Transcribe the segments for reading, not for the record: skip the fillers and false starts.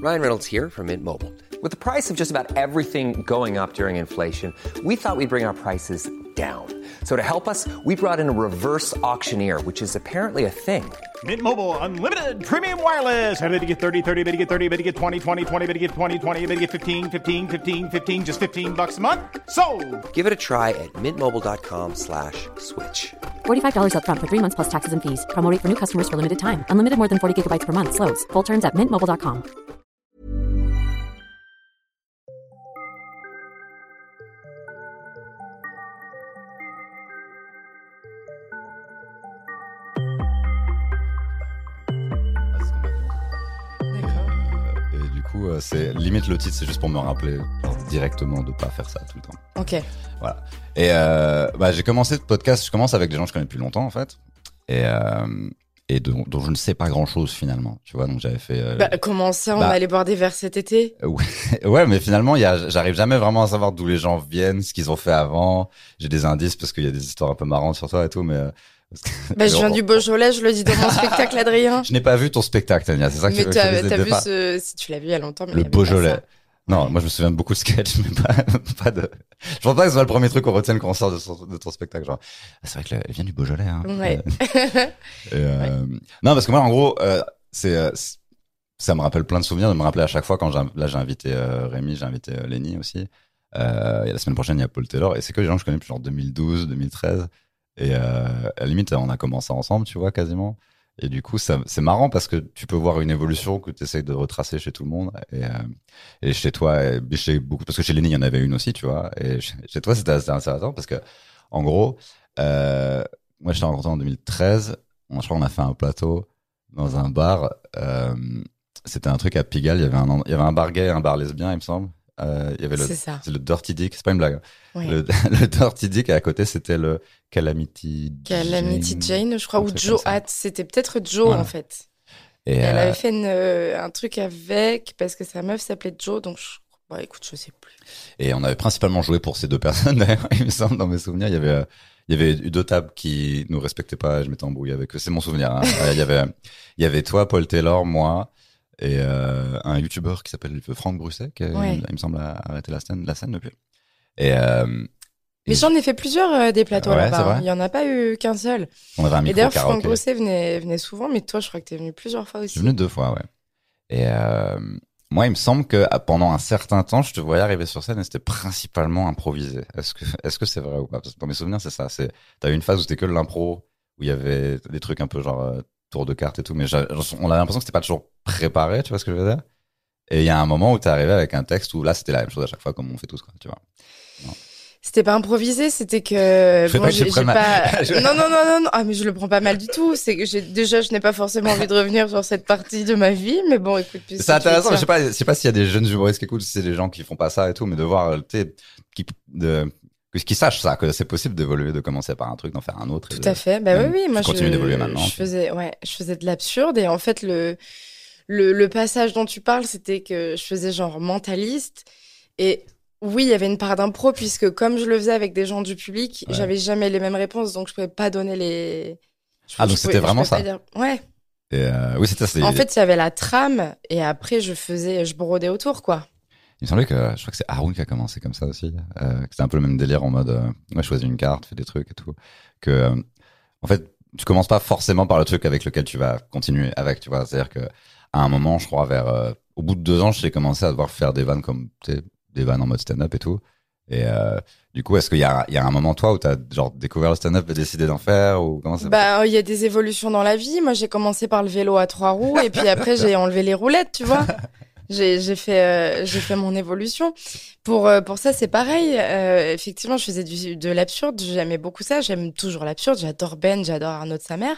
Ryan Reynolds here from Mint Mobile. With the price of just about everything going up during inflation, we thought we'd bring our prices down. So to help us, we brought in a reverse auctioneer, which is apparently a thing. Mint Mobile Unlimited Premium Wireless. How to get 30, 30, bit to get 30, bit to get 20, 20, 20, bit to get 20, 20, bit to get 15, 15, 15, 15, just $15 a month? Sold! Give it a try at mintmobile.com/switch. $45 up front for 3 months plus taxes and fees. Promo rate for new customers for limited time. Unlimited more than 40 gigabytes per month. Slows full terms at mintmobile.com. Et du coup, c'est limite le titre, c'est juste pour me rappeler directement de pas faire ça tout le temps. Ok. Voilà. Et j'ai commencé ce podcast, je commence avec des gens que je connais depuis longtemps en fait. Et dont je ne sais pas grand chose finalement, tu vois. Donc j'avais fait. Comment ça, on va aller boire des verres cet été? Ouais, mais finalement, j'arrive jamais vraiment à savoir d'où les gens viennent, ce qu'ils ont fait avant. J'ai des indices parce qu'il y a des histoires un peu marrantes sur toi et tout, mais. Je viens du Beaujolais, je le dis dans mon spectacle, Adrien. Je n'ai pas vu ton spectacle, Tania. C'est ça que mais tu t'as vu si tu l'as vu il y a longtemps. Mais le Beaujolais. Non, moi je me souviens de beaucoup de sketchs, mais pas de. Je pense pas que ce soit le premier truc qu'on retienne quand on sort de ton spectacle. Genre, c'est vrai qu'elle vient du Beaujolais. Hein. Ouais. Non, parce que moi, en gros, ça me rappelle plein de souvenirs de me rappeler à chaque fois quand j'ai invité Rémi, j'ai invité Lenny aussi. Il y a la semaine prochaine, il y a Paul Taylor, et c'est que des gens que je connais depuis genre 2012, 2013. Et à la limite, on a commencé ensemble, tu vois, quasiment. Et du coup, c'est marrant parce que tu peux voir une évolution que tu essayes de retracer chez tout le monde. Et chez toi, chez beaucoup, parce que chez Lenny, il y en avait une aussi, tu vois. Et chez toi, c'était assez intéressant parce que, en gros, moi, je t'ai rencontré en 2013. Je crois qu'on a fait un plateau dans un bar. C'était un truc à Pigalle. Il y avait un bar gay et un bar lesbien, il me semble. Il y avait c'est le Dirty Dick, c'est pas une blague. Oui. Le Dirty Dick, et à côté c'était le Calamity Jane, je crois, ou Joe Hat. C'était peut-être Joe, ouais. En fait. Et elle avait fait un truc avec, parce que sa meuf s'appelait Joe, donc écoute, je sais plus. Et on avait principalement joué pour ces deux personnes, d'ailleurs, il me semble, dans mes souvenirs. Il y avait eu deux tables qui nous respectaient pas, et je m'étais embrouillé avec eux. C'est mon souvenir, hein. Il y avait toi, Paul Taylor, moi, et un youtubeur qui s'appelle Franck Brusset, qui il me semble a arrêté la scène depuis. Mais j'en ai fait plusieurs des plateaux là-bas. C'est Il y en a pas eu qu'un seul. On avait un micro. Et d'ailleurs, karaoké. Franck Brusset venait souvent, mais toi, je crois que t'es venu plusieurs fois aussi. Je suis venu 2 fois, ouais. Et moi, il me semble que pendant un certain temps, je te voyais arriver sur scène et c'était principalement improvisé. Est-ce que c'est vrai ou pas? Parce que dans mes souvenirs, c'est ça. T'as eu une phase où c'était que de l'impro, où il y avait des trucs un peu genre tour de cartes et tout, mais on avait l'impression que c'était pas toujours préparé, tu vois ce que je veux dire? Et il y a un moment où t'es arrivé avec un texte où là, c'était la même chose à chaque fois, comme on fait tous, quoi, tu vois. Non. C'était pas improvisé, c'était que j'ai pas. Non. Ah, mais je le prends pas mal du tout. C'est que je n'ai pas forcément envie de revenir sur cette partie de ma vie, mais bon, écoute. C'est intéressant. Je sais pas s'il y a des jeunes humoristes qui écoutent, si c'est des gens qui font pas ça et tout, mais de voir, qui sachent ça, que c'est possible d'évoluer, de commencer par un truc, d'en faire un autre. Tout à fait. Oui. Moi, je continue d'évoluer maintenant. Je faisais de l'absurde et en fait, le passage dont tu parles, c'était que je faisais genre mentaliste et oui, il y avait une part d'impro puisque comme je le faisais avec des gens du public, j'avais jamais les mêmes réponses, donc je pouvais pas donner les. Donc c'était vraiment ça. Ouais. Et oui, c'était ça. En fait, il y avait la trame et après je brodais autour, quoi. Il me semblait que je crois que c'est Haroun qui a commencé comme ça aussi. C'était un peu le même délire en mode je choisis une carte, fais des trucs et tout. Que en fait, tu commences pas forcément par le truc avec lequel tu vas continuer avec, tu vois. C'est-à-dire que à un moment, je crois au bout de 2 ans, j'ai commencé à devoir faire des vannes comme des vannes en mode stand-up et tout. Et du coup, est-ce qu'il y a un moment toi où t'as genre découvert le stand-up et décidé d'en faire ou comment ça? Il y a des évolutions dans la vie. Moi, j'ai commencé par le vélo à 3 roues et puis après j'ai enlevé les roulettes, tu vois. J'ai fait mon évolution. Pour ça, c'est pareil. Effectivement, je faisais de l'absurde. J'aimais beaucoup ça. J'aime toujours l'absurde. J'adore Ben, j'adore Arnaud de sa mère.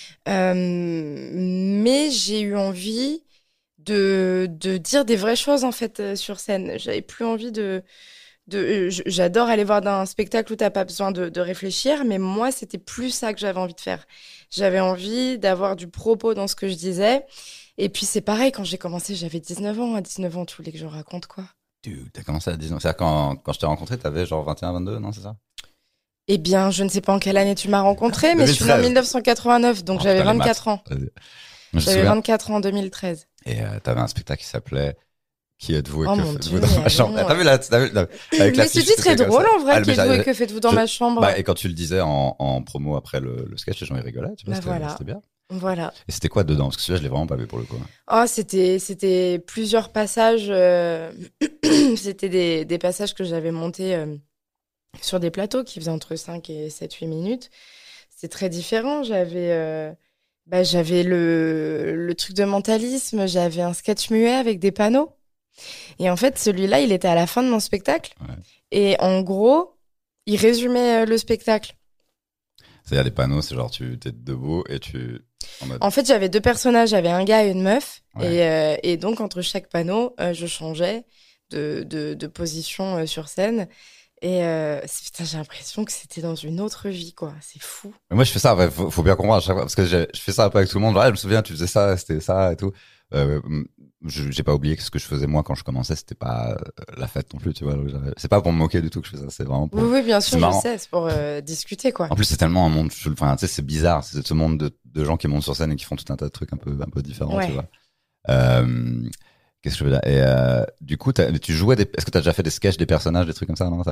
Mais j'ai eu envie de dire des vraies choses en fait sur scène. J'avais plus envie j'adore aller voir un spectacle où t'as pas besoin de réfléchir, mais moi c'était plus ça que j'avais envie de faire. J'avais envie d'avoir du propos dans ce que je disais. Et puis c'est pareil, quand j'ai commencé, j'avais 19 ans. À 19 ans, tu voulais que je raconte quoi? T'as commencé à 19 ans. C'est-à-dire quand je t'ai rencontré, t'avais genre 21, 22, non, c'est ça? Eh bien, je ne sais pas en quelle année tu m'as rencontré, mais 2013. Je suis née en 1989, donc j'avais 24 ans. Je j'avais 24 ans en 2013. Et t'avais un spectacle qui s'appelait Qui êtes-vous et Oh que mon faites-vous Dieu, dans ma mais chambre? non. T'as vu là, avec Mais c'était très drôle en vrai, Qui êtes-vous et que faites-vous dans ma chambre? Bah, et quand tu le disais en promo après le sketch, les gens ils rigolaient, tu vois, Bah voilà. c'était bien. Voilà. Et c'était quoi dedans? Parce que celui-là, je l'ai vraiment pas vu pour le coup. Oh, c'était plusieurs passages. C'était des passages que j'avais montés sur des plateaux qui faisaient entre 5 et 7-8 minutes. C'est très différent. J'avais le truc de mentalisme, j'avais un sketch muet avec des panneaux. Et en fait, celui-là, il était à la fin de mon spectacle. Ouais. Et en gros, il résumait le spectacle. C'est-à-dire les panneaux, c'est genre tu t'es debout et tu... En fait, j'avais 2 personnages, j'avais un gars et une meuf. Ouais. Et donc, entre chaque panneau, je changeais de position sur scène. Et putain, j'ai l'impression que c'était dans une autre vie, quoi. C'est fou. Mais moi, je fais ça, ouais, faut bien comprendre à chaque fois, parce que je fais ça un peu avec tout le monde. Genre, je me souviens, tu faisais ça, c'était ça et tout. J'ai pas oublié que ce que je faisais moi quand je commençais, c'était pas la fête non plus, tu vois. C'est pas pour me moquer du tout que je fais ça, c'est vraiment pour... Oui, bien sûr, je marrant. sais, c'est pour discuter, quoi. En plus, c'est tellement un monde, enfin, tu sais, c'est bizarre, c'est ce monde de gens qui montent sur scène et qui font tout un tas de trucs un peu différents, Ouais. tu vois. Qu'est-ce que je veux dire? Et du coup, tu jouais est-ce que t'as déjà fait des sketchs, des personnages, des trucs comme ça, non?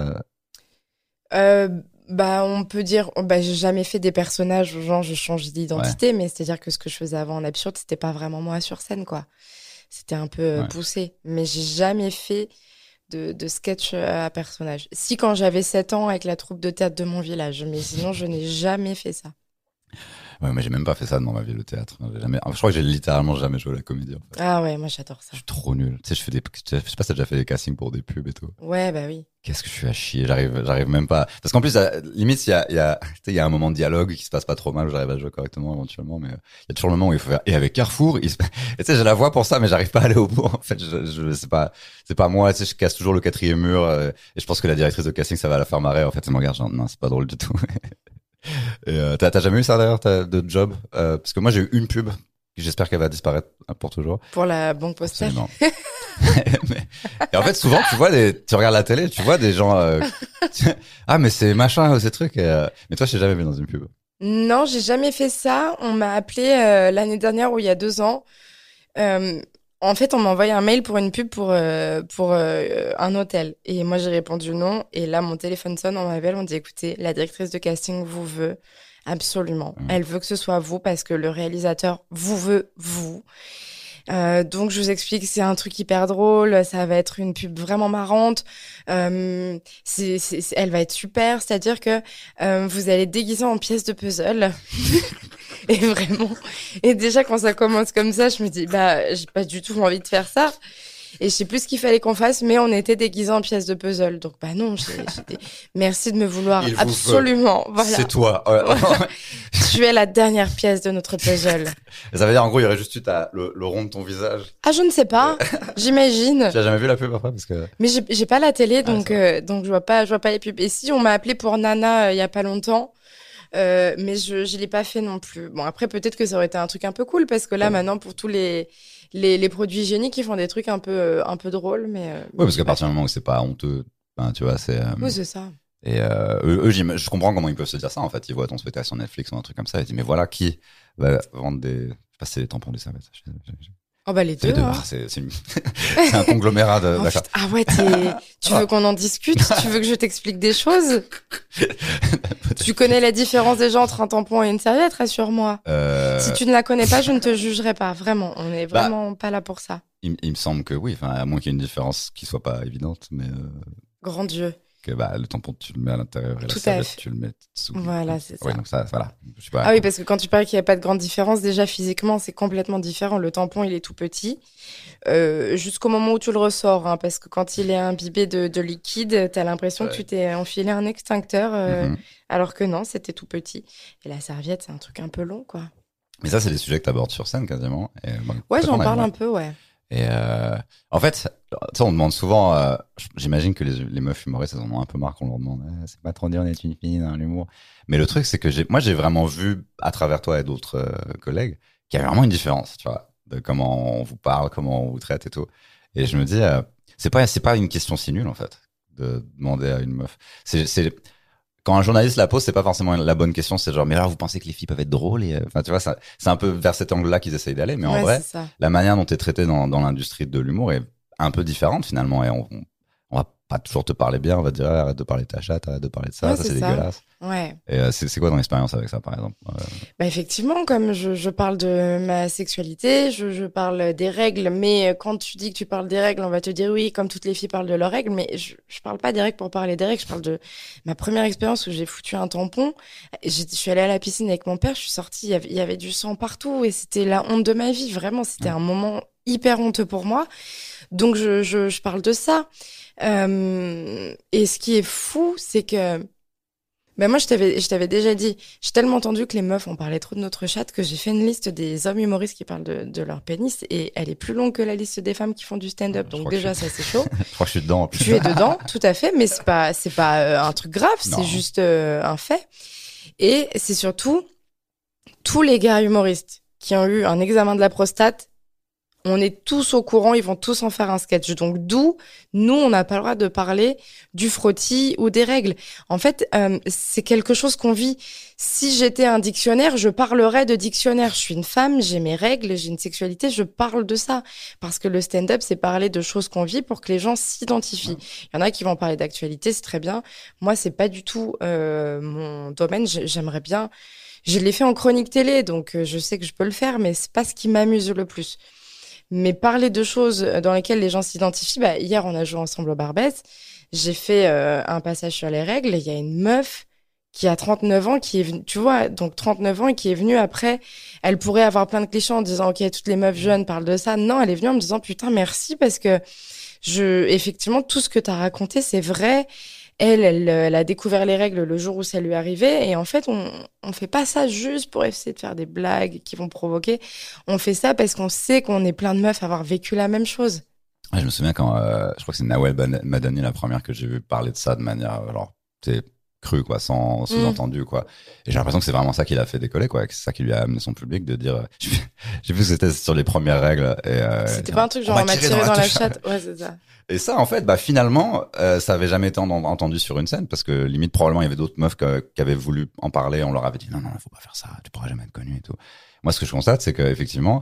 On peut dire, j'ai jamais fait des personnages, genre je change d'identité, mais c'est-à-dire que ce que je faisais avant en absurde, c'était pas vraiment moi sur scène, quoi. C'était un peu poussé, mais j'ai jamais fait de sketch à personnage. Si, quand j'avais 7 ans avec la troupe de théâtre de mon village, mais sinon je n'ai jamais fait ça. Ouais, mais j'ai même pas fait ça dans ma vie, le théâtre. J'ai jamais... Je crois que j'ai littéralement jamais joué à la comédie, en fait. Ah ouais, moi j'adore ça. Je suis trop nul. Tu sais, je sais pas si t'as déjà fait des castings pour des pubs et tout. Ouais, bah oui. Qu'est-ce que je suis à chier. J'arrive même pas. Parce qu'en plus, limite, il y a un moment de dialogue qui se passe pas trop mal où j'arrive à jouer correctement éventuellement, mais il y a toujours le moment où il faut faire, et avec Carrefour, et tu sais, j'ai la voix pour ça, mais j'arrive pas à aller au bout. En fait, c'est pas moi, tu sais, je casse toujours le 4e mur, et je pense que la directrice de casting, ça va la faire marrer. En fait, elle me regarde, genre, non, c'est pas drôle du tout. Et t'as jamais eu ça d'ailleurs, de job? Parce que moi, j'ai eu une pub. J'espère qu'elle va disparaître pour toujours. Pour la banque postale. Absolument. Et en fait, souvent, tu regardes la télé, tu vois des gens, ah, mais c'est machin, ces trucs. Mais toi, je t'ai jamais vu dans une pub. Non, j'ai jamais fait ça. On m'a appelé l'année dernière ou il y a 2 ans. En fait, on m'a envoyé un mail pour une pub pour un hôtel. Et moi, j'ai répondu non. Et là, mon téléphone sonne, on m'appelle, on dit, écoutez, la directrice de casting vous veut absolument. Elle veut que ce soit vous parce que le réalisateur vous veut, vous. Donc, je vous explique, c'est un truc hyper drôle. Ça va être une pub vraiment marrante. Elle va être super. C'est-à-dire que vous allez être déguisé en pièce de puzzle. Et vraiment. Et déjà, quand ça commence comme ça, je me dis, j'ai pas du tout envie de faire ça. Et je sais plus ce qu'il fallait qu'on fasse, mais on était déguisés en pièces de puzzle. Donc, non, merci de me vouloir. Absolument. Voilà. C'est toi. Tu es la dernière pièce de notre puzzle. Ça veut dire, en gros, il y aurait juste eu le rond de ton visage. Ah, je ne sais pas. J'imagine. Tu as jamais vu la pub après, parce que... Mais j'ai pas la télé, donc je vois pas les pubs. Et si, on m'a appelé pour Nana, il y a pas longtemps. Mais je l'ai pas fait non plus. Bon, après, peut-être que ça aurait été un truc un peu cool, parce que là, maintenant, pour tous les produits hygiéniques, ils font des trucs un peu drôles, mais... Oui, parce qu'à partir du moment où c'est pas honteux, ben, tu vois, c'est... Oui, c'est ça. Et eux, je comprends comment ils peuvent se dire ça, en fait. Ils voient ton spectacle sur Netflix ou un truc comme ça, ils disent, mais voilà, qui va vendre des... Je sais pas si c'est des tampons, des serviettes. Oh les deux. Hein. C'est un conglomérat de... Oh, ah ouais, tu veux qu'on en discute? Tu veux que je t'explique des choses? Tu connais la différence déjà entre un tampon et une serviette, rassure-moi. Si tu ne la connais pas, je ne te jugerai pas. Vraiment, on est vraiment pas là pour ça. Il me semble que oui, enfin, à moins qu'il y ait une différence qui soit pas évidente, mais... Grand Dieu. Que le tampon, tu le mets à l'intérieur et la serviette, tu le mets dessous. Voilà, c'est ça. Ouais, donc ça, voilà. Je sais pas, ah oui, parce que quand tu parles qu'il n'y a pas de grande différence, déjà physiquement, c'est complètement différent. Le tampon, il est tout petit, jusqu'au moment où tu le ressors, hein, parce que quand il est imbibé de liquide, t'as l'impression que tu t'es enfilé un extincteur, alors que non, c'était tout petit. Et la serviette, c'est un truc un peu long, quoi. Mais ça, c'est des sujets que t'abordes sur scène, quasiment. Et, ouais, j'en parle un peu, ouais. Et en fait, ça on demande souvent, j'imagine que les meufs humoristes, elles en ont un peu marre qu'on leur demande, c'est pas trop dire on est une fille dans l'humour. Mais le truc, c'est que moi j'ai vraiment vu à travers toi et d'autres collègues qu'il y avait vraiment une différence, tu vois, de comment on vous parle, comment on vous traite et tout. Et je me dis, c'est pas une question si nulle en fait de demander à une meuf. quand un journaliste la pose, c'est pas forcément la bonne question. C'est genre, mais alors vous pensez que les filles peuvent être drôles et enfin tu vois, ça, c'est un peu vers cet angle-là qu'ils essayent d'aller. Mais en vrai, la manière dont t'es traité dans l'industrie de l'humour est un peu différente finalement. Et on va pas toujours te parler bien. On va te dire arrête de parler de ta chatte, arrête de parler de ça, ça c'est dégueulasse. Ouais. Et c'est quoi ton expérience avec ça, par exemple? Bah effectivement, comme je parle de ma sexualité, je parle des règles, mais quand tu dis que tu parles des règles, on va te dire oui, comme toutes les filles parlent de leurs règles, mais je parle pas des règles pour parler des règles, je parle de ma première expérience où j'ai foutu un tampon. Je suis allée à la piscine avec mon père, je suis sortie, il y avait du sang partout et c'était la honte de ma vie, vraiment, c'était un moment hyper honteux pour moi. Donc je parle de ça. Et ce qui est fou, c'est que moi, je t'avais déjà dit, j'ai tellement entendu que les meufs, on parlait trop de notre chatte que j'ai fait une liste des hommes humoristes qui parlent de leur pénis et elle est plus longue que la liste des femmes qui font du stand-up. Donc déjà, ça, c'est chaud. Je crois que je suis dedans. Tu es dedans, tout à fait, mais c'est pas un truc grave, c'est juste un fait. Et c'est surtout tous les gars humoristes qui ont eu un examen de la prostate. On est tous au courant, ils vont tous en faire un sketch. Donc d'où, nous, on n'a pas le droit de parler du frottis ou des règles. En fait, c'est quelque chose qu'on vit. Si j'étais un dictionnaire, je parlerais de dictionnaire. Je suis une femme, j'ai mes règles, j'ai une sexualité, je parle de ça. Parce que le stand-up, c'est parler de choses qu'on vit pour que les gens s'identifient. Il y en a qui vont parler d'actualité, c'est très bien. Moi, c'est pas du tout mon domaine. J'aimerais bien... Je l'ai fait en chronique télé, donc je sais que je peux le faire, mais c'est pas ce qui m'amuse le plus. Mais parler de choses dans lesquelles les gens s'identifient, hier, on a joué ensemble au Barbès. J'ai fait un passage sur les règles. Il y a une meuf qui a 39 ans, qui est venue, tu vois, donc 39 ans et qui est venue après. Elle pourrait avoir plein de clichés en disant, OK, toutes les meufs jeunes parlent de ça. Non, elle est venue en me disant, putain, merci parce que effectivement, tout ce que t'as raconté, c'est vrai. Elle a découvert les règles le jour où ça lui arrivait. Et en fait, on fait pas ça juste pour essayer de faire des blagues qui vont provoquer. On fait ça parce qu'on sait qu'on est plein de meufs à avoir vécu la même chose. Ouais, je me souviens quand, je crois que c'est Nawel Madani, la première que j'ai vu parler de ça de manière, alors, c'est cru, quoi, sans sous-entendu, quoi. Et j'ai l'impression que c'est vraiment ça qui l'a fait décoller, quoi. Que c'est ça qui lui a amené son public de dire, j'ai vu que c'était sur les premières règles. Et, c'était pas un truc genre on m'a tiré dans la chatte. Ouais, c'est ça. Et ça, en fait, finalement, ça avait jamais été entendu sur une scène parce que limite, probablement, il y avait d'autres meufs qui avaient voulu en parler. On leur avait dit, non, faut pas faire ça. Tu pourras jamais être connu et tout. Moi, ce que je constate, c'est qu'effectivement,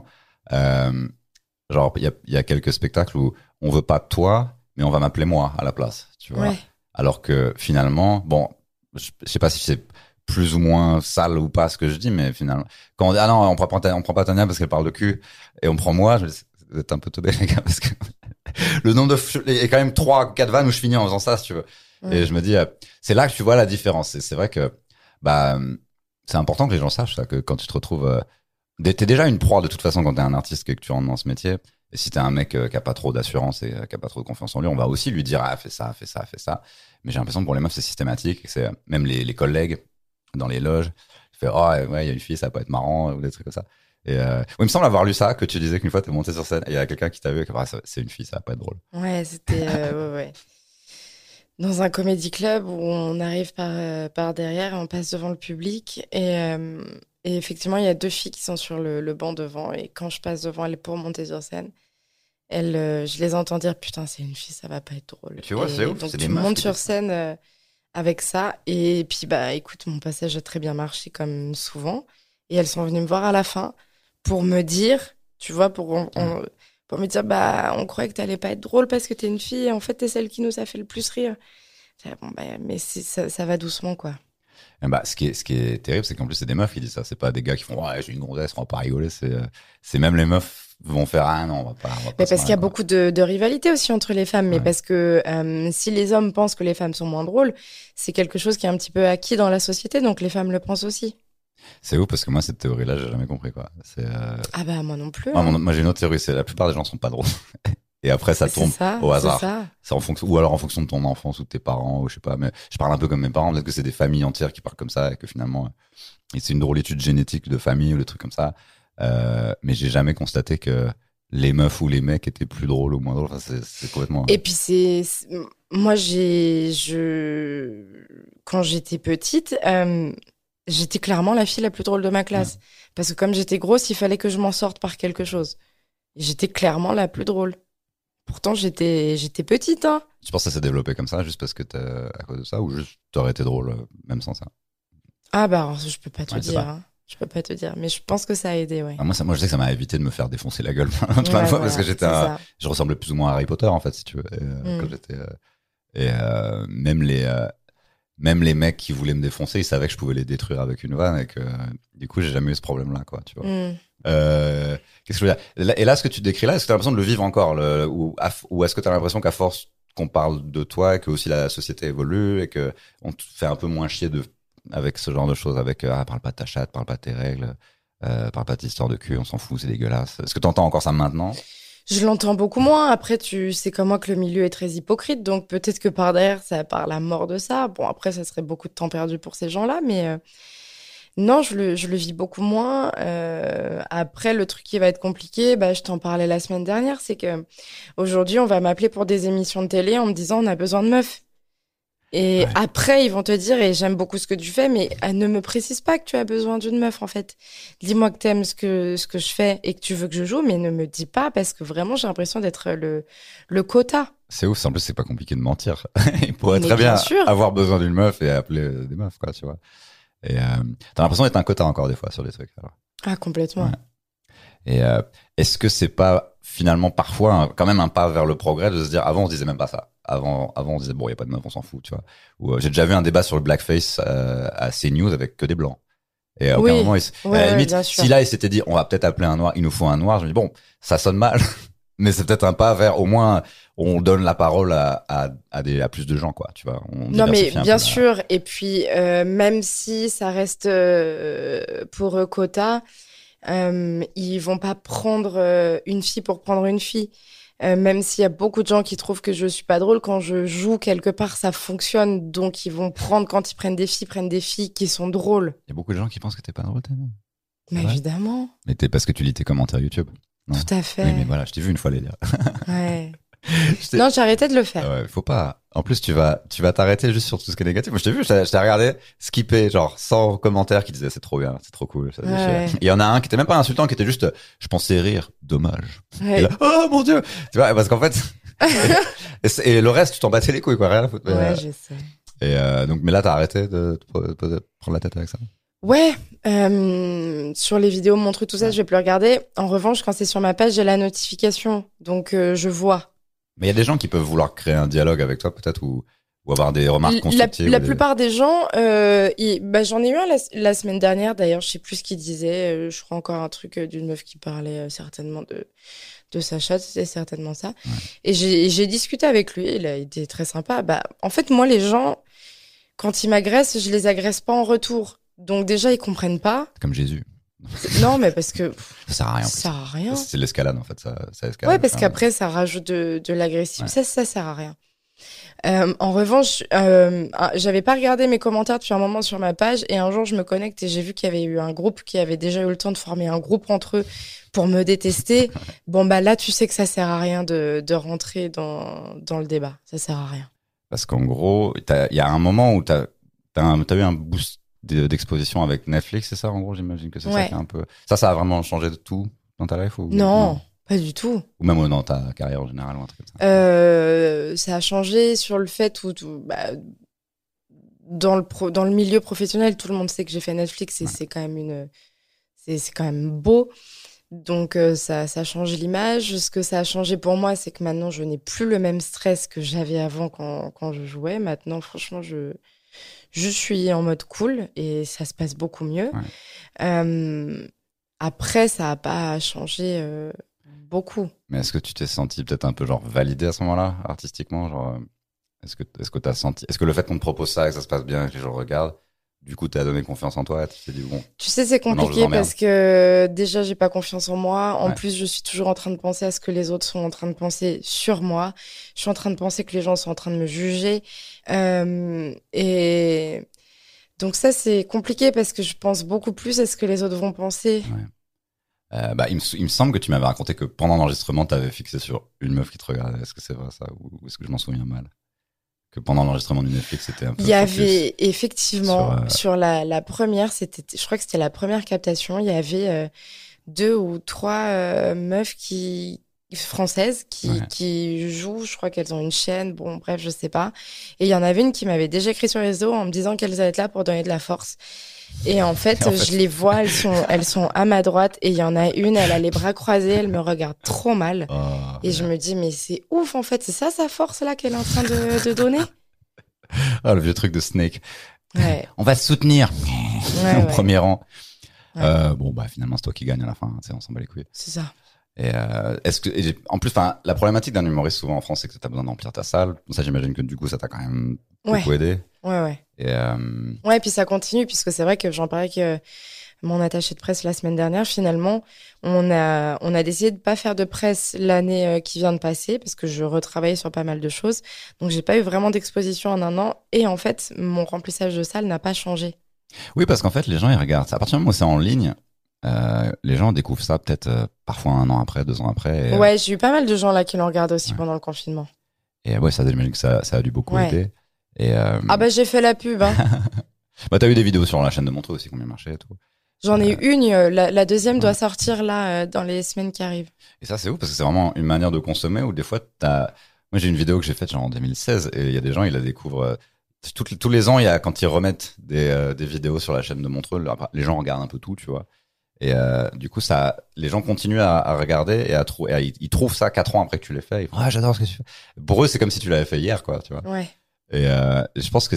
genre, il y a quelques spectacles où on veut pas toi, mais on va m'appeler moi à la place, tu vois. Ouais. Alors que finalement, bon, je sais pas si c'est plus ou moins sale ou pas ce que je dis, mais finalement, quand on dit, ah non, on prend pas Tania parce qu'elle parle de cul, et on prend moi, je me dis, vous êtes un peu teubés, les gars, parce que le nombre il y a quand même 3-4 vannes où je finis en faisant ça, si tu veux. Ouais. Et je me dis, c'est là que tu vois la différence. C'est vrai que, c'est important que les gens sachent ça, que quand tu te retrouves, t'es déjà une proie de toute façon quand t'es un artiste et que tu rentres dans ce métier. Et si t'es un mec qui a pas trop d'assurance et qui a pas trop de confiance en lui, on va aussi lui dire, fais ça. Mais j'ai l'impression que pour les meufs, c'est systématique. C'est même les collègues dans les loges, fait, ouais, il y a une fille, ça va pas être marrant, ou des trucs comme ça. Et il me semble avoir lu ça, que tu disais qu'une fois t'es monté sur scène et il y a quelqu'un qui t'a vu et que c'est une fille, ça va pas être drôle. Ouais, c'était ouais. Dans un comédie club où on arrive par derrière et on passe devant le public et effectivement il y a 2 filles qui sont sur le banc devant et quand je passe devant elles pour monter sur scène, je les entends dire putain c'est une fille, ça va pas être drôle. Tu vois, c'est ouf. Donc tu montes sur scène avec ça et puis écoute, mon passage a très bien marché comme souvent et elles sont venues me voir à la fin pour me dire, tu vois, pour me dire, on croyait que t'allais pas être drôle parce que t'es une fille, et en fait, t'es celle qui nous a fait le plus rire. Mais ça va doucement, quoi. Et ce qui est terrible, c'est qu'en plus, c'est des meufs qui disent ça. C'est pas des gars qui font, ouais, j'ai une gonzesse, on va pas rigoler. C'est même les meufs vont faire, non, on va pas. Mais parce qu'il y a beaucoup de rivalité aussi entre les femmes. Mais parce que si les hommes pensent que les femmes sont moins drôles, c'est quelque chose qui est un petit peu acquis dans la société, donc les femmes le pensent aussi. C'est ouf parce que moi cette théorie-là j'ai jamais compris quoi. Moi non plus. Moi j'ai une autre théorie, c'est la plupart des gens sont pas drôles. Et après ça tombe au hasard. C'est en fonction ou alors en fonction de ton enfance ou de tes parents ou je sais pas. Mais je parle un peu comme mes parents, peut-être que c'est des familles entières qui parlent comme ça et que finalement c'est une drôle étude génétique de famille ou des trucs comme ça. Mais j'ai jamais constaté que les meufs ou les mecs étaient plus drôles ou moins drôles. Enfin, c'est complètement. Et puis moi quand j'étais petite. J'étais clairement la fille la plus drôle de ma classe. Ouais. Parce que comme j'étais grosse, il fallait que je m'en sorte par quelque chose. Et j'étais clairement la plus drôle. Pourtant, j'étais petite, hein. Tu penses que ça s'est développé comme ça, juste parce que à cause de ça, ou juste t'aurais été drôle, même sans ça? Ah bah, alors, je peux pas te Ouais, c'est dire. pas. Hein. Je peux pas te dire, mais je pense que ça a aidé, ouais. Ah, moi, je sais que ça m'a évité de me faire défoncer la gueule plein de Ouais, fois, parce que voilà, c'est ça. je ressemblais plus ou moins à Harry Potter, en fait, si tu veux, quand j'étais, même les mecs qui voulaient me défoncer, ils savaient que je pouvais les détruire avec une vanne, et que, du coup, j'ai jamais eu ce problème-là, quoi, tu vois. Qu'est-ce que je veux dire? Et là, ce que tu décris là, est-ce que t'as l'impression de le vivre encore, ou est-ce que t'as l'impression qu'à force qu'on parle de toi, et que aussi la société évolue, et que on te fait un peu moins chier avec ce genre de choses, avec parle pas de ta chatte, parle pas de tes règles, parle pas de tes histoires de cul, on s'en fout, c'est dégueulasse. Est-ce que t'entends encore ça maintenant? Je l'entends beaucoup moins. Après, tu sais comme moi que le milieu est très hypocrite, donc peut-être que par derrière, ça parle à mort de ça. Bon, après, ça serait beaucoup de temps perdu pour ces gens-là, mais non, je le vis beaucoup moins. Après, le truc qui va être compliqué, bah, je t'en parlais la semaine dernière, c'est que aujourd'hui, on va m'appeler pour des émissions de télé en me disant on a besoin de meufs. Et Ouais. après, ils vont te dire, et j'aime beaucoup ce que tu fais, mais ne me précise pas que tu as besoin d'une meuf, en fait. Dis-moi que t'aimes ce que je fais et que tu veux que je joue, mais ne me dis pas, parce que vraiment, j'ai l'impression d'être le quota. C'est ouf, en plus, c'est pas compliqué de mentir. Il pourrait Mais très bien bien sûr. avoir besoin d'une meuf et appeler des meufs, quoi, tu vois. Et t'as l'impression d'être un quota encore des fois sur des trucs, alors. Ah, complètement. Ouais. Et est-ce que c'est pas finalement parfois quand même un pas vers le progrès de se dire, avant on se disait même pas ça. Avant on disait bon, il y a pas de meuf, on s'en fout, tu vois. Ou j'ai déjà vu un débat sur le blackface à CNews avec que des blancs. Et à aucun Oui. moment, à la Ouais, limite, bien sûr. si là il s'était dit on va peut-être appeler un noir, il nous faut un noir, je me dis bon, ça sonne mal, mais c'est peut-être un pas vers au moins on donne la parole à plus de gens, quoi, tu vois. On Non, mais diversifie un peu bien la- sûr. Et puis, même si ça reste pour eux quota, ils vont pas prendre une fille pour prendre une fille. Même s'il y a beaucoup de gens qui trouvent que je suis pas drôle, quand je joue quelque part, ça fonctionne. Donc, ils vont prendre, quand ils prennent des filles qui sont drôles. Il y a beaucoup de gens qui pensent que t'es pas drôle, Tana. Mais Ouais. évidemment, Mais parce que tu lis tes commentaires YouTube. Non. tout à fait. Oui, mais voilà, je t'ai vu une fois les lire. Ouais. Je t'ai- Non, j'ai arrêté de le faire. Ouais, faut pas. En plus, tu vas t'arrêter juste sur tout ce qui est négatif. Moi, je t'ai vu, je t'ai regardé, skipper, genre, 100 commentaires qui disaient c'est trop bien, c'est trop cool, ça déchire. Ouais. Il y en a un qui était même pas insultant, qui était juste, je pensais rire, dommage. Ouais. Et là, oh mon dieu! Tu vois, parce qu'en fait, et le reste, tu t'en battais les couilles, quoi, rien à foutre. Ouais, je sais. Donc, mais là, t'as arrêté de prendre la tête avec ça. Ouais, sur les vidéos, mon truc, tout ça, Ouais. je vais plus regarder. En revanche, quand c'est sur ma page, j'ai la notification. Donc, je vois. Mais il y a des gens qui peuvent vouloir créer un dialogue avec toi, peut-être, ou avoir des remarques constructives. La ou des- plupart des gens, j'en ai eu un la semaine dernière, d'ailleurs, je sais plus ce qu'il disait. Je crois encore un truc d'une meuf qui parlait certainement de sa chatte, c'est certainement ça. Ouais. Et j'ai discuté avec lui, il a été très sympa. Bah, en fait, moi, les gens, quand ils m'agressent, je les agresse pas en retour. Donc déjà, ils comprennent pas. Comme Jésus. Non, mais parce que Ça sert à rien. en ça plus. sert à rien. C'est l'escalade, en fait, ça escalade. Ouais, parce Enfin, qu'après, ça rajoute de l'agressivité. Ouais. Ça sert à rien. En revanche, j'avais pas regardé mes commentaires depuis un moment sur ma page et un jour, je me connecte et j'ai vu qu'il y avait eu un groupe qui avait déjà eu le temps de former un groupe entre eux pour me détester. Bon, bah là, tu sais que ça sert à rien de rentrer dans le débat. Ça sert à rien. Parce qu'en gros, il y a un moment où t'as eu un boost d'exposition avec Netflix, c'est ça, en gros, j'imagine que c'est ça Ouais. qui est un peu... Ça a vraiment changé de tout dans ta life ou... Non, pas du tout. Ou même dans ta carrière en général ou un truc comme ça. Ça a changé sur le fait où bah, dans le milieu professionnel, tout le monde sait que j'ai fait Netflix et Ouais. c'est quand même c'est quand même beau. Donc ça change l'image. Ce que ça a changé pour moi, c'est que maintenant je n'ai plus le même stress que j'avais avant quand je jouais. Maintenant, franchement, je suis en mode cool et ça se passe beaucoup mieux. Ouais. Après, ça a pas changé beaucoup. Mais est-ce que tu t'es senti peut-être un peu genre validé à ce moment-là, artistiquement, genre est-ce que t'as senti, est-ce que le fait qu'on te propose ça et que ça se passe bien, que les gens regardent, du coup t'as donné confiance en toi et tu t'es dit bon, Tu sais, c'est Non, je compliqué vous emmerde. parce que déjà, j'ai pas confiance en moi. En Ouais. plus, je suis toujours en train de penser à ce que les autres sont en train de penser sur moi. Je suis en train de penser que les gens sont en train de me juger. Et donc ça, c'est compliqué parce que je pense beaucoup plus à ce que les autres vont penser. il me semble que tu m'avais raconté que pendant l'enregistrement t'avais fixé sur une meuf qui te regardait. Est-ce que c'est vrai ça ou est-ce que je m'en souviens mal? Que pendant l'enregistrement du Netflix c'était un peu. Il y focus. avait effectivement sur, sur la première, je crois que c'était la première captation, il y avait 2 ou 3 meufs qui françaises qui jouent. Je crois qu'elles ont une chaîne. Bon, bref, je sais pas. Et il y en avait une qui m'avait déjà écrit sur les réseaux en me disant qu'elles allaient être là pour donner de la force. Et en fait, je les vois, elles sont à ma droite. Et il y en a une, elle a les bras croisés, elle me regarde trop mal. Et je me dis, mais c'est ouf, en fait. C'est ça, sa force, là, qu'elle est en train de donner. Ah, le vieux truc de Snake. Ouais. On va se soutenir. Au premier rang. Ouais. Bon, bah, finalement, c'est toi qui gagne à la fin. Tu sais, on s'en bat les couilles. C'est ça. Et en plus, la problématique d'un humoriste souvent en France, c'est que t'as besoin d'emplir ta salle. Ça, j'imagine que du coup, ça t'a quand même beaucoup aidé. Ouais. Et Ouais, puis ça continue, puisque c'est vrai que j'en parlais que mon attaché de presse la semaine dernière, finalement, on a décidé de pas faire de presse l'année qui vient de passer, parce que je retravaillais sur pas mal de choses. Donc, j'ai pas eu vraiment d'exposition en un an. Et en fait, mon remplissage de salle n'a pas changé. oui, parce qu'en fait, les gens, ils regardent. À partir du moment où c'est en ligne, les gens découvrent ça peut-être parfois 1 an après, 2 ans après. Et, Ouais, j'ai eu pas mal de gens là qui l'ont regardé aussi pendant le confinement. Et ouais, ça, j'imagine que ça a dû beaucoup aider. Et, Ah bah j'ai fait la pub, hein. Bah, t'as eu des vidéos sur la chaîne de Montreux aussi qui ont bien marché et tout. J'en ai eu une, la deuxième doit sortir là dans les semaines qui arrivent. Et ça, c'est ouf parce que c'est vraiment une manière de consommer où des fois, moi, j'ai une vidéo que j'ai faite genre en 2016 et il y a des gens, ils la découvrent. Tous les ans, quand ils remettent des vidéos sur la chaîne de Montreux, les gens regardent un peu tout, tu vois. Et du coup, les gens continuent à regarder et ils trouvent ça 4 ans après que tu l'aies fait. Ils font, ah, j'adore ce que tu fais. Pour eux, c'est comme si tu l'avais fait hier, quoi, tu vois. Ouais. Et je pense que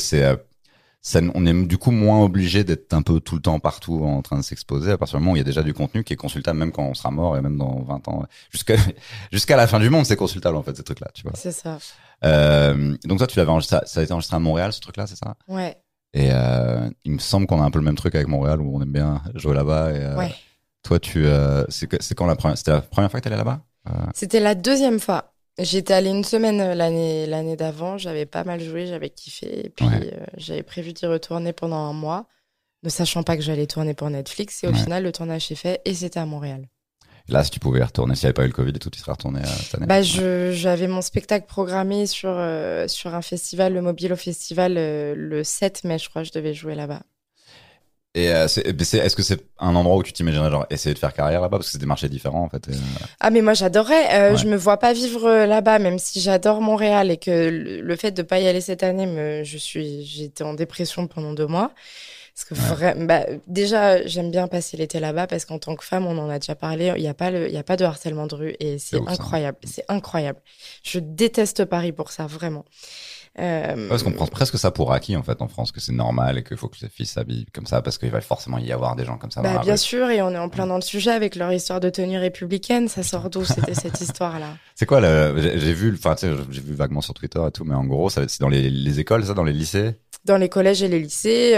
on est du coup moins obligé d'être un peu tout le temps partout en train de s'exposer à partir du moment où il y a déjà du contenu qui est consultable même quand on sera mort et même dans 20 ans. Jusqu'à la fin du monde, c'est consultable, en fait, ces trucs-là, tu vois. C'est ça. Donc toi, tu l'avais enregistré, ça a été enregistré à Montréal, ce truc-là, c'est ça? Ouais. Et il me semble qu'on a un peu le même truc avec Montréal où on aime bien jouer là-bas. Et Ouais. toi, c'est quand c'était la première fois que t'allais là-bas? C'était la deuxième fois. J'étais allée une semaine l'année d'avant. J'avais pas mal joué, j'avais kiffé. Et puis j'avais prévu d'y retourner pendant 1 mois, ne sachant pas que j'allais tourner pour Netflix. Et au final, le tournage s'est fait et c'était à Montréal. Là, si tu pouvais y retourner, s'il n'y avait pas eu le Covid et tout, tu serais retourné cette année? Bah, j'avais mon spectacle programmé sur un festival, le Mobilo Festival, le 7 mai, je crois, je devais jouer là-bas. Et est-ce que c'est un endroit où tu t'imaginerais genre essayer de faire carrière là-bas parce que c'est des marchés différents en fait? Ah mais moi j'adorais. Je me vois pas vivre là-bas, même si j'adore Montréal et que le fait de pas y aller cette année, j'étais en dépression pendant 2 mois. Parce que déjà j'aime bien passer l'été là-bas parce qu'en tant que femme, on en a déjà parlé, il y a pas de harcèlement de rue et c'est incroyable. C'est incroyable. Je déteste Paris pour ça, vraiment. Parce qu'on prend presque ça pour acquis en fait en France, que c'est normal et qu'il faut que les filles s'habillent comme ça parce qu'il va forcément y avoir des gens comme ça. Bien sûr, et on est en plein dans le sujet avec leur histoire de tenue républicaine. Ça sort d'où cette histoire-là? C'est quoi j'ai vu vaguement sur Twitter et tout, mais en gros c'est dans les écoles, ça, dans les lycées? Dans les collèges et les lycées,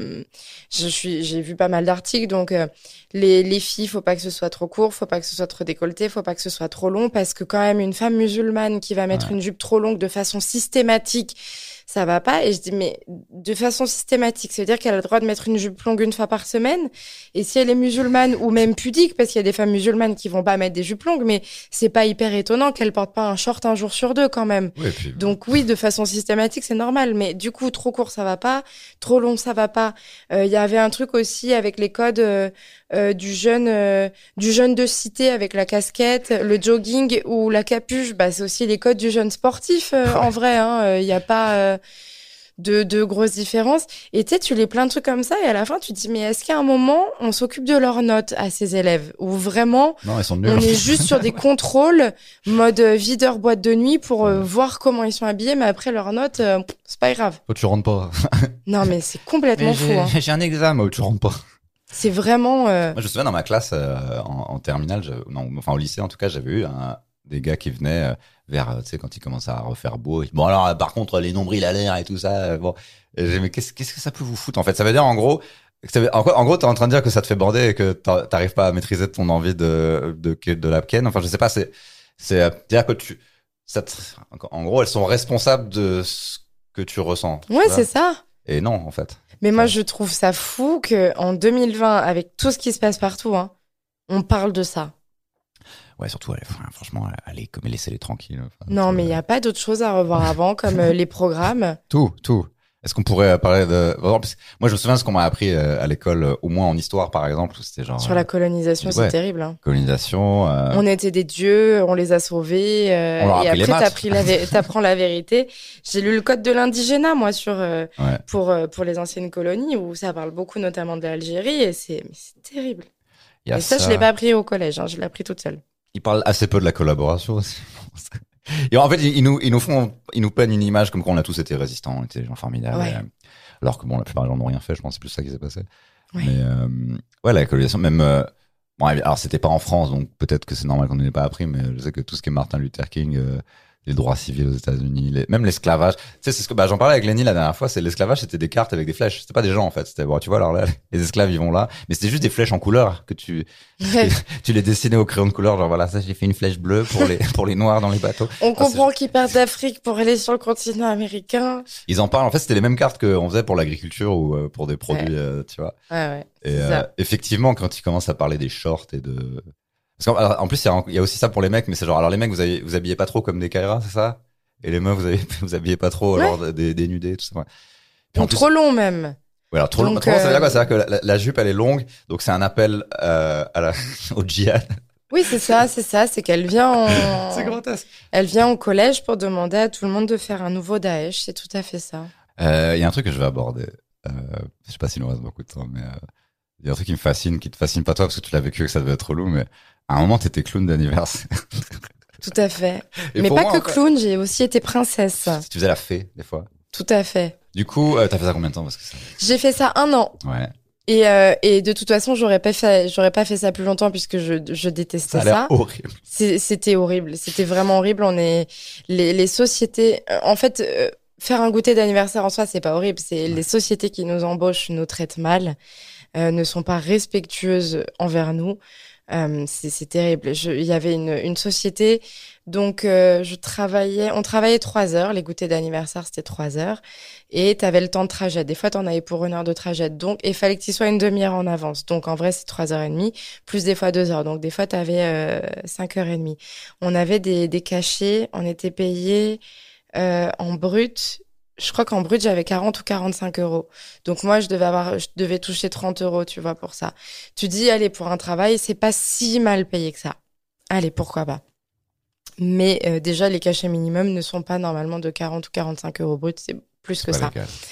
j'ai vu pas mal d'articles. Donc, les filles, faut pas que ce soit trop court, faut pas que ce soit trop décolleté, faut pas que ce soit trop long, parce que quand même une femme musulmane qui va mettre une jupe trop longue de façon systématique, ça va pas. Et je dis, mais de façon systématique, ça veut dire qu'elle a le droit de mettre une jupe longue 1 fois par semaine. Et si elle est musulmane ou même pudique, parce qu'il y a des femmes musulmanes qui vont pas mettre des jupes longues, mais c'est pas hyper étonnant qu'elle porte pas un short un jour sur 2 quand même. Oui, puis... Donc oui, de façon systématique, c'est normal. Mais du coup, trop court, ça va pas. Trop long, ça va pas. Il y avait un truc aussi avec les codes du jeune de cité avec la casquette, le jogging ou la capuche. Bah, c'est aussi les codes du jeune sportif en vrai. Il y a pas de grosses différences. Et tu sais, tu les plein de trucs comme ça et à la fin, tu te dis, mais est-ce qu'à un moment, on s'occupe de leurs notes à ces élèves ou vraiment, non, elles sont nuls. On est juste sur des contrôles, mode videur boîte de nuit pour voir comment ils sont habillés, mais après leurs notes, c'est pas grave. Toi, tu rentres pas. Non, mais c'est complètement fou. J'ai un examen où tu rentres pas. C'est vraiment... Moi, je me souviens dans ma classe, en terminale, au lycée en tout cas, j'avais eu des gars qui venaient vers, tu sais, quand ils commencent à refaire beau. Bon, alors, par contre, les nombrils à l'air et tout ça, bon. Et j'ai dit, mais qu'est-ce que ça peut vous foutre, en fait? Ça veut dire, en gros, t'es en train de dire que ça te fait bander et que t'arrives pas à maîtriser ton envie de la ken. Enfin, je sais pas, c'est-à-dire que en gros, elles sont responsables de ce que tu ressens. Ouais, c'est ça. Et non, en fait. Mais moi, je trouve ça fou que en 2020, avec tout ce qui se passe partout, on parle de ça. Ouais, surtout, franchement, laissez-les tranquilles. Non, mais il n'y a pas d'autre chose à revoir avant, comme les programmes. Tout. Est-ce qu'on pourrait parler de... Par exemple, moi, je me souviens de ce qu'on m'a appris à l'école, au moins en histoire, par exemple, où c'était genre... Sur la colonisation, ouais. c'est terrible. Hein. Colonisation... On était des dieux, on les a sauvés, On leur a et appris les après maths. t'apprends la vérité. J'ai lu le code de l'indigénat, moi, Ouais. pour les anciennes colonies, où ça parle beaucoup notamment de l'Algérie, et c'est terrible. Il y a Et ça, je l'ai pas appris au collège, hein, je l'ai appris toute seule. Ils parlent assez peu de la collaboration aussi. Et en fait, ils nous peignent une image comme quoi on a tous été résistants, on était des gens formidables. Ouais. Alors que bon, la plupart des gens n'ont rien fait, je pense, c'est plus ça qui s'est passé. Ouais. Mais, ouais, la colonisation, même, bon, alors c'était pas en France, donc peut-être que c'est normal qu'on n'ait pas appris, mais je sais que tout ce qui est Martin Luther King, les droits civils aux États-Unis, même l'esclavage. Tu sais, c'est ce que, j'en parlais avec Lenny la dernière fois, c'est l'esclavage, c'était des cartes avec des flèches. C'était pas des gens, en fait. C'était, bon, tu vois, alors là, les esclaves, ils vont là. Mais c'était juste des flèches en couleur que tu les dessinais au crayon de couleur. Genre, voilà, ça, j'ai fait une flèche bleue pour les noirs dans les bateaux. On comprend qu'ils partent d'Afrique pour aller sur le continent américain. Ils en parlent. En fait, c'était les mêmes cartes qu'on faisait pour l'agriculture ou pour des produits, tu vois. Ouais. Et effectivement, quand ils commencent à parler des shorts et de... Parce qu'en plus, il y a aussi ça pour les mecs, mais c'est genre, alors les mecs, vous habillez pas trop comme des Kairas, c'est ça? Et les meufs, vous habillez pas trop, genre, des nudés, tout ça. Ouais. Puis en plus, trop long, même. Ouais, alors trop long, ça veut dire quoi? C'est-à-dire que la jupe, elle est longue, donc c'est un appel, au djihad. Oui, c'est ça, c'est qu'elle vient C'est grotesque. Elle vient au collège pour demander à tout le monde de faire un nouveau Daesh, c'est tout à fait ça. Il y a un truc que je vais aborder. Je sais pas s'il nous reste beaucoup de temps, mais il y a un truc qui me fascine, qui te fascine pas toi, parce que tu l'as vécu et que ça devait être relou, mais à un moment, t'étais clown d'anniversaire. Tout à fait. Et mais pas moi, que clown, j'ai aussi été princesse. Tu faisais la fée, des fois. Tout à fait. Du coup, t'as fait ça combien de temps? Parce que ça... J'ai fait ça 1 an. Ouais. Et de toute façon, j'aurais pas fait ça plus longtemps puisque je détestais ça. Ça a l'air horrible. C'était horrible. C'était vraiment horrible. Les sociétés, en fait, faire un goûter d'anniversaire en soi, c'est pas horrible. C'est les sociétés qui nous embauchent nous traitent mal, ne sont pas respectueuses envers nous. C'est terrible. Il y avait une société, donc on travaillait 3 heures. Les goûters d'anniversaire, c'était 3 heures. Et t'avais le temps de trajet. Des fois, t'en avais pour 1 heure de trajet. Donc, il fallait que tu sois une demi-heure en avance. Donc, en vrai, c'est 3h30, plus des fois 2 heures. Donc, des fois, t'avais 5h30. On avait des cachets. On était payés en brut. Je crois qu'en brut, j'avais 40 ou 45 euros. Donc moi, je devais toucher 30 euros, tu vois, pour ça. Tu dis, allez, pour un travail, c'est pas si mal payé que ça. Allez, pourquoi pas. Mais déjà, les cachets minimums ne sont pas normalement de 40 ou 45 euros brut, c'est plus que ça.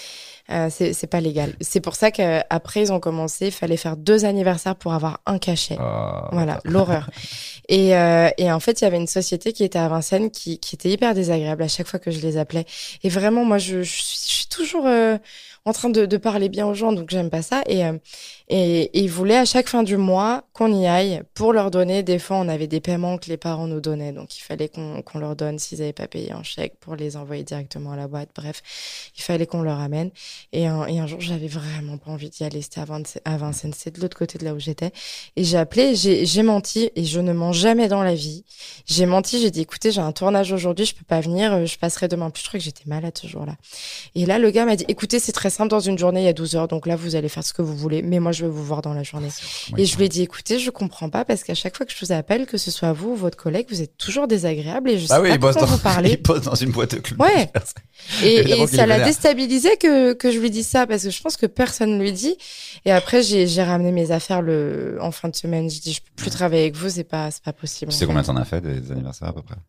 C'est pas légal. C'est pour ça qu'après, ils ont commencé, il fallait faire 2 anniversaires pour avoir un cachet. Voilà, l'horreur. Et en fait, il y avait une société qui était à Vincennes qui était hyper désagréable à chaque fois que je les appelais. Et vraiment, moi, je suis toujours en train de parler bien aux gens, donc j'aime pas ça. Et ils voulaient à chaque fin du mois qu'on y aille pour leur donner. Des fois, on avait des paiements que les parents nous donnaient, donc il fallait qu'on leur donne s'ils avaient pas payé un chèque pour les envoyer directement à la boîte. Bref, il fallait qu'on leur amène. Et un jour, j'avais vraiment pas envie d'y aller. C'était à Vincennes, c'est de l'autre côté de là où j'étais. Et j'ai appelé, j'ai menti, et je ne mens jamais dans la vie. J'ai menti, j'ai dit, écoutez, j'ai un tournage aujourd'hui, je peux pas venir, je passerai demain. Puis je crois que j'étais malade ce jour-là. Et là, le gars m'a dit, écoutez, c'est très simple, dans une journée, il y a 12 heures, donc là, vous allez faire ce que vous voulez, mais moi, je vais vous voir dans la journée. Et je lui ai dit, écoutez, je comprends pas, parce qu'à chaque fois que je vous appelle, que ce soit vous ou votre collègue, vous êtes toujours désagréable, et je sais pas comment vous parlez. Il bosse dans une boîte de clown. Ouais. Et ça l'a déstabilisé que je lui dise ça, parce que je pense que personne lui dit. Et après, j'ai ramené mes affaires en fin de semaine. J'ai dit, je peux plus travailler avec vous, c'est pas possible. Tu sais combien t'en as fait des anniversaires à peu près?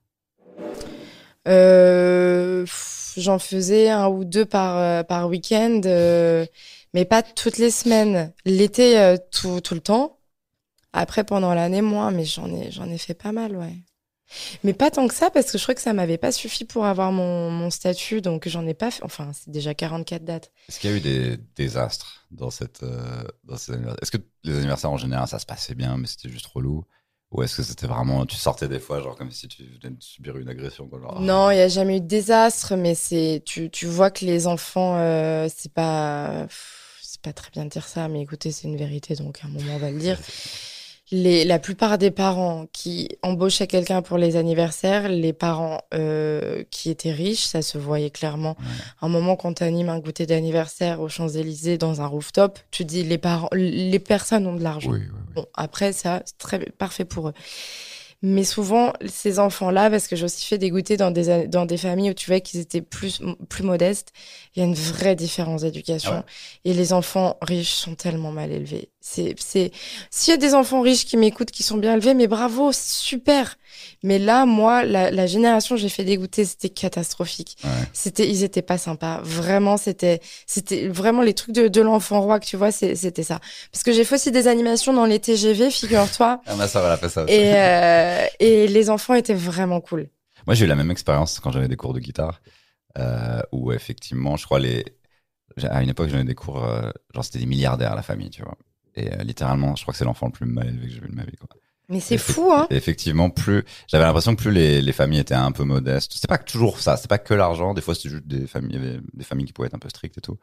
J'en faisais 1 ou 2 par week-end, mais pas toutes les semaines. L'été, tout le temps. Après, pendant l'année, moins, mais j'en ai fait pas mal, ouais. Mais pas tant que ça, parce que je crois que ça m'avait pas suffi pour avoir mon statut, donc j'en ai pas fait. Enfin, c'est déjà 44 dates. Est-ce qu'il y a eu des désastres dans ces anniversaires? Est-ce que les anniversaires en général, ça se passait bien, mais c'était juste relou? Ou est-ce que c'était vraiment, tu sortais des fois, genre comme si tu venais de subir une agression, quoi, genre... Non, il y a jamais eu de désastre, mais tu vois que les enfants, c'est pas très bien de dire ça, mais écoutez, c'est une vérité, donc à un moment on va le dire. La plupart des parents qui embauchaient quelqu'un pour les anniversaires, les parents qui étaient riches, ça se voyait clairement. Ouais. À un moment, quand tu animes un goûter d'anniversaire aux Champs-Élysées dans un rooftop, tu dis les personnes ont de l'argent. Oui. Bon, après, ça, c'est parfait pour eux. Mais souvent, ces enfants-là, parce que j'ai aussi fait des goûters dans des familles où tu vois qu'ils étaient plus modestes, il y a une vraie différence d'éducation. Ouais. Et les enfants riches sont tellement mal élevés. S'il y a des enfants riches qui m'écoutent, qui sont bien élevés, mais bravo, c'est super. Mais là, moi, la génération que j'ai fait des goûters, c'était catastrophique. Ouais. Ils étaient pas sympas. Vraiment, c'était vraiment les trucs de l'enfant roi que tu vois, c'était ça. Parce que j'ai fait aussi des animations dans les TGV, figure-toi. Ah, ma sœur, elle a fait ça aussi. Et les enfants étaient vraiment cool. Moi, j'ai eu la même expérience quand j'avais des cours de guitare, où effectivement, je crois à une époque, j'avais des cours, genre c'était des milliardaires la famille, tu vois. Et littéralement, je crois que c'est l'enfant le plus mal élevé que j'ai vu de ma vie, quoi. Mais c'est fou, hein. Et effectivement, j'avais l'impression que plus les familles étaient un peu modestes. C'était pas toujours ça, c'était pas que l'argent. Des fois, c'était juste des familles, il y avait des familles qui pouvaient être un peu strictes et tout.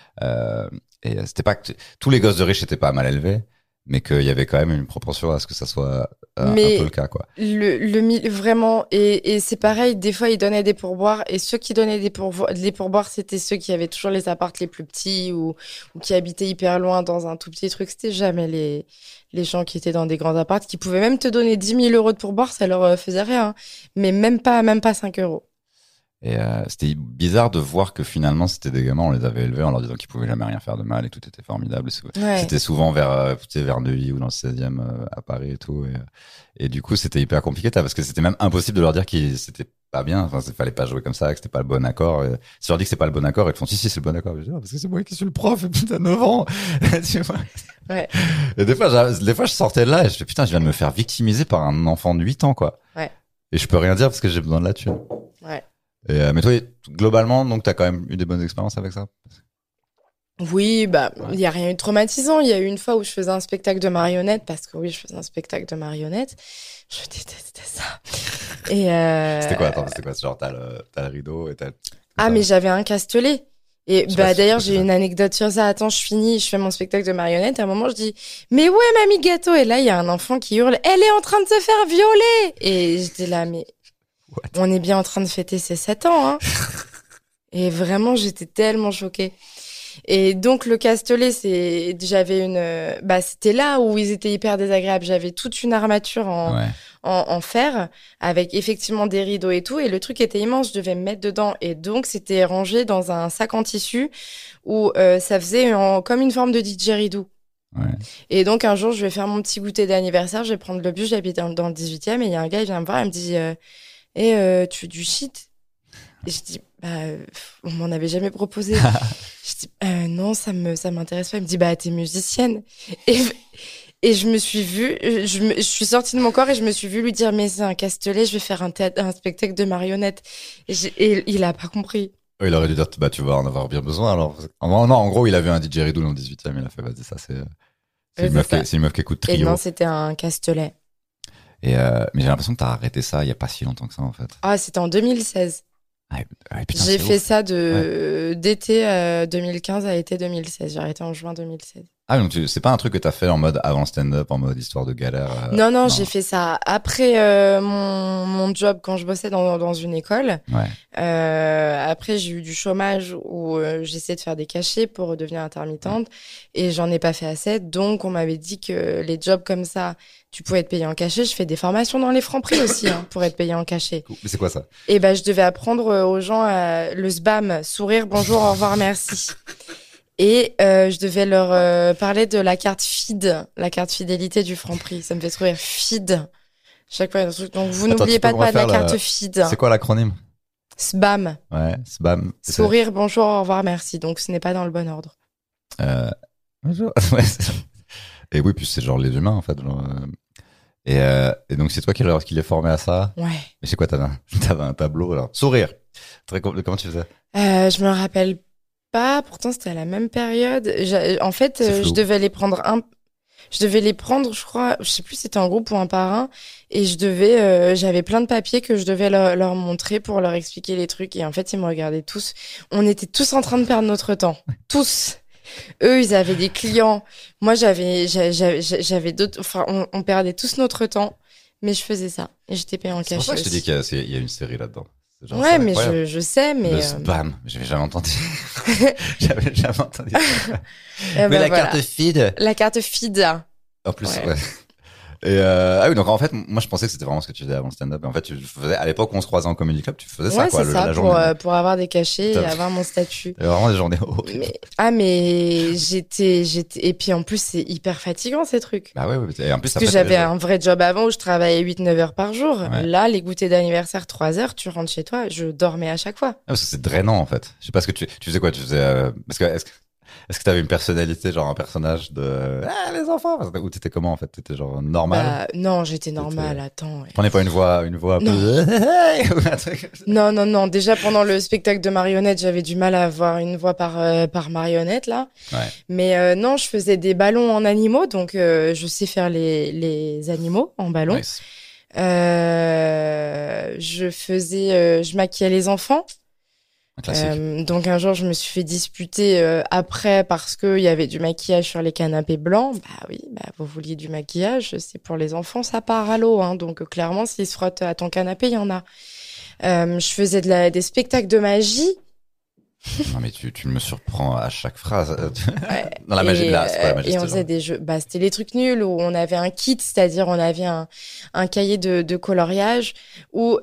Et c'était pas que tous les gosses de riches étaient pas mal élevés, mais qu'il y avait quand même une proportion à ce que ça soit un peu le cas, quoi. Vraiment, et c'est pareil, des fois ils donnaient des pourboires, et ceux qui donnaient des pourboires, c'était ceux qui avaient toujours les apparts les plus petits ou qui habitaient hyper loin dans un tout petit truc. C'était jamais les gens qui étaient dans des grands apparts, qui pouvaient même te donner 10 000 euros de pourboire, ça leur faisait rien, hein. Mais même pas 5 euros. Et c'était bizarre de voir que finalement c'était des gamins, on les avait élevés en leur disant qu'ils pouvaient jamais rien faire de mal et tout était formidable. C'était souvent vers Neuilly ou dans le 16e à Paris et tout. Et du coup c'était hyper compliqué parce que c'était même impossible de leur dire qu'ils c'était pas bien. Enfin, il fallait pas jouer comme ça, que c'était pas le bon accord. Et si je leur dis que c'est pas le bon accord, ils te font si c'est le bon accord. Je dis, parce que c'est moi qui suis le prof et putain 9 ans. Tu vois. Ouais. Et des fois je sortais de là et je fais putain je viens de me faire victimiser par un enfant de 8 ans quoi. Ouais. Et je peux rien dire parce que j'ai besoin de la thune. Ouais. Mais toi, globalement, donc, t'as quand même eu des bonnes expériences avec ça? Oui, il y a rien eu de traumatisant. Il y a eu une fois où je faisais un spectacle de marionnettes, parce que oui, je faisais un spectacle de marionnettes. Je détestais ça. Et C'était quoi? Attends, c'était quoi? Genre, t'as le rideau et mais j'avais un castelet. Et d'ailleurs, j'ai ça. une anecdote sur ça. Attends, je finis, je fais mon spectacle de marionnettes. À un moment, je dis, mais ouais, mamie gâteau. Et là, il y a un enfant qui hurle, elle est en train de se faire violer. Et j'étais là, mais on est bien en train de fêter ses 7 ans, hein. Et vraiment, j'étais tellement choquée. Et donc, le castelet, c'était là où ils étaient hyper désagréables. J'avais toute une armature en fer avec effectivement des rideaux et tout. Et le truc était immense, je devais me mettre dedans. Et donc, c'était rangé dans un sac en tissu où ça faisait comme une forme de didgeridoo. Ouais. Et donc, un jour, je vais faire mon petit goûter d'anniversaire. Je vais prendre le bus, j'habite dans le 18e. Et il y a un gars, il vient me voir, il me dit... tu veux du shit? Et je dis, on m'en avait jamais proposé. Je dis, non, ça m'intéresse pas. Il me dit, t'es musicienne. Et je me suis vue, je suis sortie de mon corps et je me suis vue lui dire, mais c'est un castelet, je vais faire un spectacle de marionnettes. Et il a pas compris. Il aurait dû dire, tu vas en avoir bien besoin, alors. Non, en gros, il avait un didgeridoo dans le 18e, il a fait, vas-y, ça, c'est une meuf qui écoute Trio. Et non, c'était un castelet. Mais j'ai l'impression que t'as arrêté ça il y a pas si longtemps que ça, en fait. Ah, c'était en 2016. Putain, j'ai fait ça d'été 2015 à été 2016. J'ai arrêté en juin 2016. Ah, donc c'est pas un truc que t'as fait en mode avant stand-up, en mode histoire de galère? Non, j'ai fait ça après mon job quand je bossais dans une école. Ouais. Après, j'ai eu du chômage où j'essayais de faire des cachets pour devenir intermittente et j'en ai pas fait assez. Donc, on m'avait dit que les jobs comme ça, tu pouvais être payé en cachet. Je fais des formations dans les Franprix aussi pour être payé en cachet. Cool. Mais c'est quoi ça? Et je devais apprendre aux gens le SBAM, sourire, bonjour, au revoir, merci. Et je devais leur parler de la carte FID, la carte fidélité du Franprix. Ça me fait trop rire. FID. Chaque fois, il y a un truc. Donc, vous n'oubliez pas de parler de la carte FID. C'est quoi l'acronyme? SBAM. Ouais, SBAM. Sourire, bonjour, au revoir, merci. Donc, ce n'est pas dans le bon ordre. Bonjour. Ouais, et oui, puis c'est genre les humains, en fait. Genre, et donc, c'est toi qui l'es formé à ça? Ouais. Mais c'est quoi, t'avais un tableau, alors? Sourire. Comment tu faisais? Je me rappelle pas. Pourtant, c'était à la même période. En fait, je devais les prendre je crois, je sais plus si c'était en groupe ou un par un, et j'avais plein de papiers que je devais leur montrer pour leur expliquer les trucs, et en fait, ils me regardaient tous. On était tous en train de perdre notre temps. Tous. Eux, ils avaient des clients. Moi, j'avais d'autres, enfin, on perdait tous notre temps, mais je faisais ça. Et j'étais payée en cachet. C'est pour ça que je te dis qu'il y a une série là-dedans. Genre, ouais, mais je sais, mais... Le spam, j'avais jamais entendu. J'avais jamais entendu ça. Mais la carte FID. La carte FID. En plus, ouais. ouais. Ah oui, donc en fait, moi je pensais que c'était vraiment ce que tu faisais avant le stand-up. Et en fait, tu faisais, à l'époque où on se croisait en comedy club, tu faisais ça, quoi, c'est ça, la journée. pour avoir des cachets et Putain. avoir mon statut. C'était vraiment des journées horribles. Mais j'étais, et puis en plus, c'est hyper fatigant, ces trucs. Bah ouais, et en plus, Parce que j'avais un vrai job avant où je travaillais 8-9 heures par jour. Ouais. Là, les goûters d'anniversaire, 3 heures, tu rentres chez toi, je dormais à chaque fois. Ah, parce que c'est drainant, en fait. Je sais pas ce que tu faisais quoi? Tu faisais, parce que, est-ce que t'avais une personnalité, genre un personnage de, les enfants? Ou t'étais comment, en fait? T'étais genre normal? Bah, non, j'étais normale, attends. Ouais. Tu prenais pas une voix un peu... ou un truc comme ça. Non. Déjà, pendant le spectacle de marionnette, j'avais du mal à avoir une voix par marionnette, là. Ouais. Mais non, je faisais des ballons en animaux, donc je sais faire les animaux en ballon. Nice. Je maquillais les enfants. Un classique. Donc un jour, je me suis fait disputer après parce qu'il y avait du maquillage sur les canapés blancs. Bah oui, vous vouliez du maquillage, c'est pour les enfants, ça part à l'eau. Hein. Donc clairement, s'ils se frottent à ton canapé, il y en a. Je faisais des spectacles de magie. Non, mais tu me surprends à chaque phrase. Ouais. Dans la magie de l'art, c'est quoi la magie? Et on faisait des jeux. Bah, c'était les trucs nuls où on avait un kit, c'est-à-dire on avait un cahier de coloriage où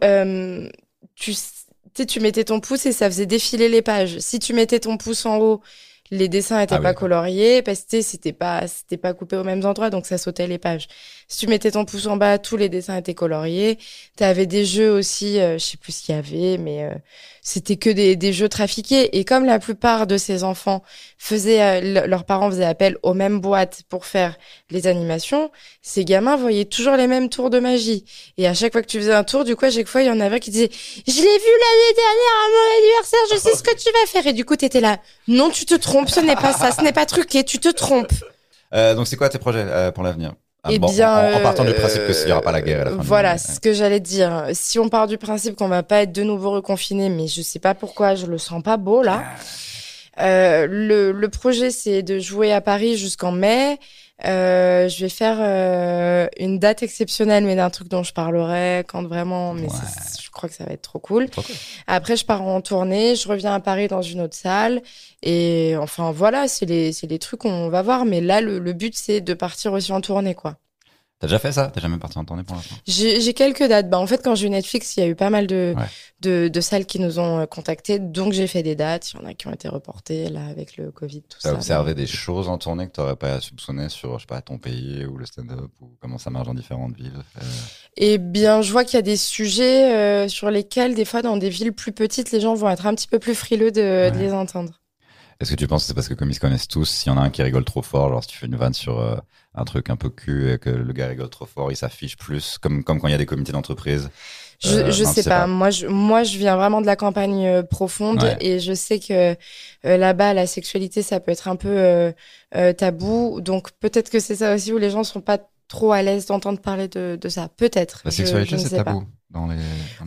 tu mettais ton pouce et ça faisait défiler les pages. Si tu mettais ton pouce en haut, les dessins étaient pas coloriés parce que c'était pas coupé aux mêmes endroits, donc ça sautait les pages. Si tu mettais ton pouce en bas, tous les dessins étaient coloriés. T'avais des jeux aussi, je sais plus ce qu'il y avait, mais c'était que des jeux trafiqués. Et comme la plupart de ces enfants leurs parents faisaient appel aux mêmes boîtes pour faire les animations, ces gamins voyaient toujours les mêmes tours de magie. Et à chaque fois que tu faisais un tour, du coup, à chaque fois, il y en avait qui disaient « Je l'ai vu l'année dernière à mon anniversaire, je sais ce que tu vas faire. » Et du coup, t'étais là « Non, tu te trompes, ce n'est pas ça, ce n'est pas truqué, tu te trompes. » Donc c'est quoi tes projets pour l'avenir? Eh bon, bien, en partant du principe que s'il y aura pas la guerre à la fin. Voilà, c'est ce que j'allais te dire. Si on part du principe qu'on va pas être de nouveau reconfiné, mais je sais pas pourquoi, je le sens pas beau là. Le projet, c'est de jouer à Paris jusqu'en mai. Je vais faire une date exceptionnelle, mais d'un truc dont je parlerai quand vraiment. Mais je crois que ça va être trop cool. Après, je pars en tournée, je reviens à Paris dans une autre salle. Et enfin, voilà, c'est les trucs qu'on va voir. Mais là, le but, c'est de partir aussi en tournée, quoi. T'as déjà fait ça? T'es jamais parti en tournée pour l'instant? J'ai quelques dates. Bah, en fait, quand j'ai eu Netflix, il y a eu pas mal de salles qui nous ont contactés. Donc, j'ai fait des dates. Il y en a qui ont été reportées, là, avec le Covid, tout ça. T'as observé des choses en tournée que t'aurais pas soupçonné sur, je sais pas, ton pays ou le stand-up ou comment ça marche dans différentes villes? Eh bien, je vois qu'il y a des sujets sur lesquels, des fois, dans des villes plus petites, les gens vont être un petit peu plus frileux de les entendre. Est-ce que tu penses que c'est parce que comme ils se connaissent tous, s'il y en a un qui rigole trop fort, genre si tu fais une vanne sur un truc un peu cul et que le gars rigole trop fort, il s'affiche plus, comme quand il y a des comités d'entreprise? Je sais pas. Moi, je viens vraiment de la campagne profonde et je sais que là-bas, la sexualité, ça peut être un peu tabou. Donc, peut-être que c'est ça aussi où les gens sont pas trop à l'aise d'entendre parler de ça. Peut-être. La sexualité, c'est tabou dans les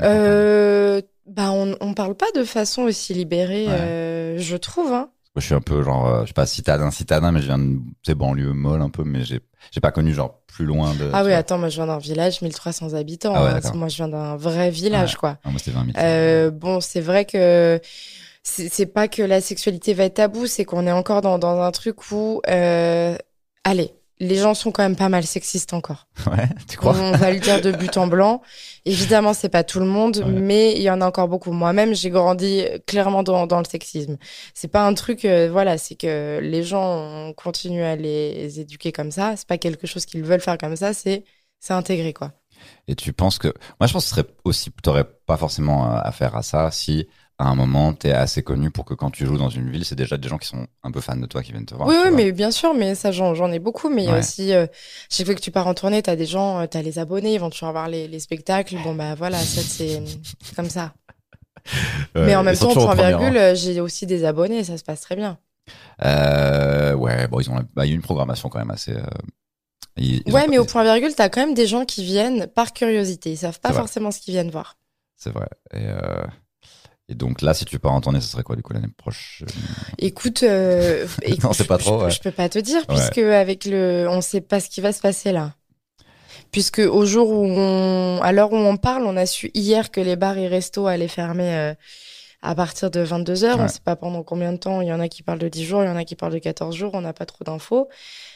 on parle pas de façon aussi libérée, je trouve, hein. Moi, je suis un peu genre, je sais pas, citadin, mais je viens de ces banlieues molles un peu, mais j'ai pas connu genre plus loin de. Ah oui, attends, moi je viens d'un village 1300 habitants. Ah ouais, hein. Moi je viens d'un vrai village, quoi. Ah, moi c'était 20 000. Bon, c'est vrai que c'est pas que la sexualité va être tabou, c'est qu'on est encore dans un truc où, allez, les gens sont quand même pas mal sexistes encore. Ouais, tu crois? On va le dire de but en blanc. Évidemment, c'est pas tout le monde, mais il y en a encore beaucoup. Moi-même, j'ai grandi clairement dans le sexisme. C'est pas un truc, c'est que les gens continuent à les éduquer comme ça. C'est pas quelque chose qu'ils veulent faire comme ça. C'est intégré, quoi. Et tu penses que, moi, je pense que ce serait aussi, t'aurais pas forcément affaire à ça si à un moment t'es assez connu pour que quand tu joues dans une ville, c'est déjà des gens qui sont un peu fans de toi qui viennent te voir. Oui, mais bien sûr, mais ça j'en ai beaucoup. Mais il y a aussi, chaque fois que tu pars en tournée, t'as des gens, t'as les abonnés, ils vont toujours voir les spectacles. Bon bah voilà, ça c'est comme ça. Mais en même temps, point virgule, j'ai aussi des abonnés, ça se passe très bien. Bon, il y a une programmation quand même assez. Mais au point virgule, t'as quand même des gens qui viennent par curiosité, ils savent pas forcément ce qu'ils viennent voir. C'est vrai. Et donc là, si tu pars en tournée, ce serait quoi du coup l'année prochaine? Écoute, non, c'est pas trop. Je peux pas te dire puisque avec on sait pas ce qui va se passer là. Puisque à l'heure où on parle, on a su hier que les bars et restos allaient fermer à partir de 22h. On sait pas pendant combien de temps. Il y en a qui parlent de 10 jours, il y en a qui parlent de 14 jours. On n'a pas trop d'infos.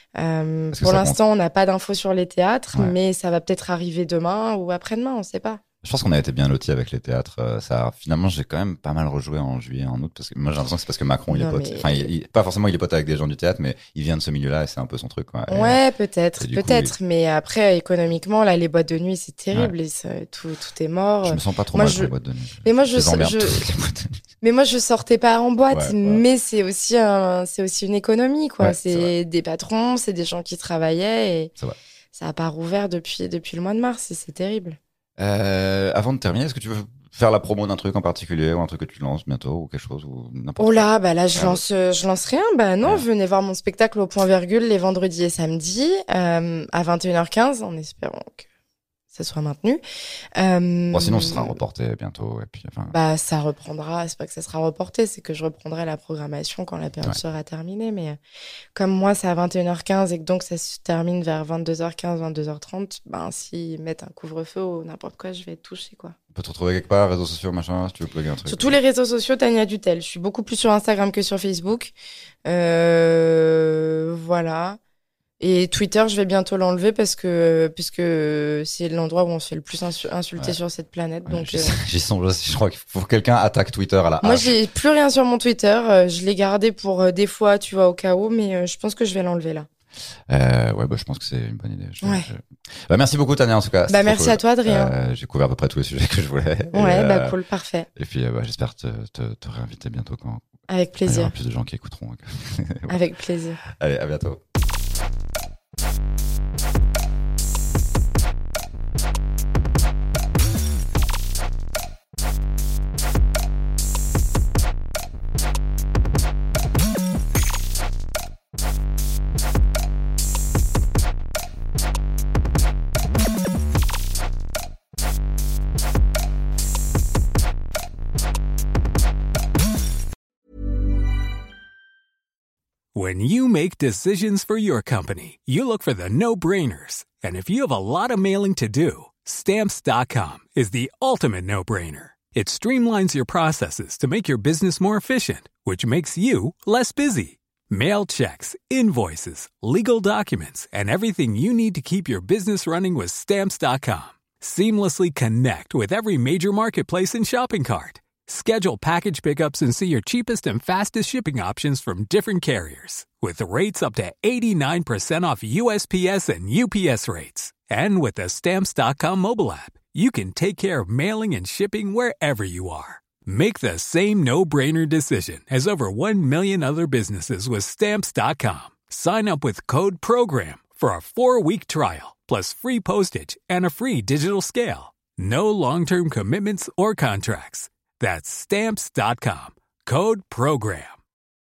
que Pour ça l'instant, on n'a pas d'infos sur les théâtres, Ouais. mais ça va peut-être arriver demain ou après-demain, on sait pas. Je pense qu'on a été bien lotis avec les théâtres. Finalement, j'ai quand même pas mal rejoué en juillet, en août, parce que moi j'ai l'impression que c'est parce que Macron il est Non, pote. mais- Enfin, pas forcément il est pote avec des gens du théâtre, mais il vient de ce milieu-là et c'est un peu son truc. Quoi. Ouais, peut-être, et du coup, mais après, économiquement, là, les boîtes de nuit, c'est terrible, tout est mort. Je me sens pas trop Moi, mal pour les boîtes de nuit. Mais moi, les emmerde, toutes les boîtes de nuit. Mais moi, je sortais pas en boîte, Ouais. mais c'est aussi une économie, quoi. Ouais, c'est vrai. C'est des patrons, c'est des gens qui travaillaient et C'est vrai. ça a pas rouvert depuis le mois de mars et c'est terrible. Avant de terminer, est-ce que tu veux faire la promo d'un truc en particulier ou un truc que tu lances bientôt ou quelque chose ou n'importe Oh quoi? là, bah là, je lance rien. Bah non, Ouais. venez voir mon spectacle au Point Virgule les vendredis et samedis, à 21h15, en espérant que ça soit maintenu. Bon, sinon, ce sera reporté bientôt. Et puis, enfin, Bah, ça reprendra. C'est pas que ça sera reporté, c'est que je reprendrai la programmation quand la période Ouais. sera terminée. Mais comme moi, c'est à 21h15 et que donc ça se termine vers 22h15, 22h30, ben, s'ils mettent un couvre-feu ou n'importe quoi, je vais être touchée, quoi. on peut te retrouver quelque part, réseaux sociaux, machin, si tu veux plugger un truc. Sur tous les réseaux sociaux, Tania Dutel. Je suis beaucoup plus sur Instagram que sur Facebook. Voilà. Et Twitter, je vais bientôt l'enlever puisque c'est l'endroit où on se fait le plus insulter Ouais. sur cette planète. Ouais, Donc, j'y songe aussi. Je crois qu'il faut que quelqu'un attaque Twitter à la moi, hache. j'ai plus rien sur mon Twitter. Je l'ai gardé pour des fois, tu vois, au cas où, mais je pense que je vais l'enlever là. Ouais, bah, je pense que c'est une bonne idée. Ouais. Bah, merci beaucoup, Tania, en tout cas. Bah, C'était trop merci cool. à toi, Adrien. J'ai couvert à peu près tous les sujets que je voulais. Ouais, bah cool, parfait. Et puis, bah, j'espère te réinviter bientôt quand Avec il y aura plaisir. plus de gens qui écouteront. Avec plaisir. Allez, à bientôt. When you make decisions for your company, you look for the no-brainers. And if you have a lot of mailing to do, Stamps.com is the ultimate no-brainer. It streamlines your processes to make your business more efficient, which makes you less busy. Mail checks, invoices, legal documents, and everything you need to keep your business running with Stamps.com. Seamlessly connect with every major marketplace and shopping cart. Schedule package pickups and see your cheapest and fastest shipping options from different carriers, with rates up to 89% off USPS and UPS rates. And with the Stamps.com mobile app, you can take care of mailing and shipping wherever you are. Make the same no-brainer decision as over 1 million other businesses with Stamps.com. Sign up with code PROGRAM for a 4-week trial, plus free postage and a free digital scale. No long-term commitments or contracts. That's Stamps.com. Code PROGRAM.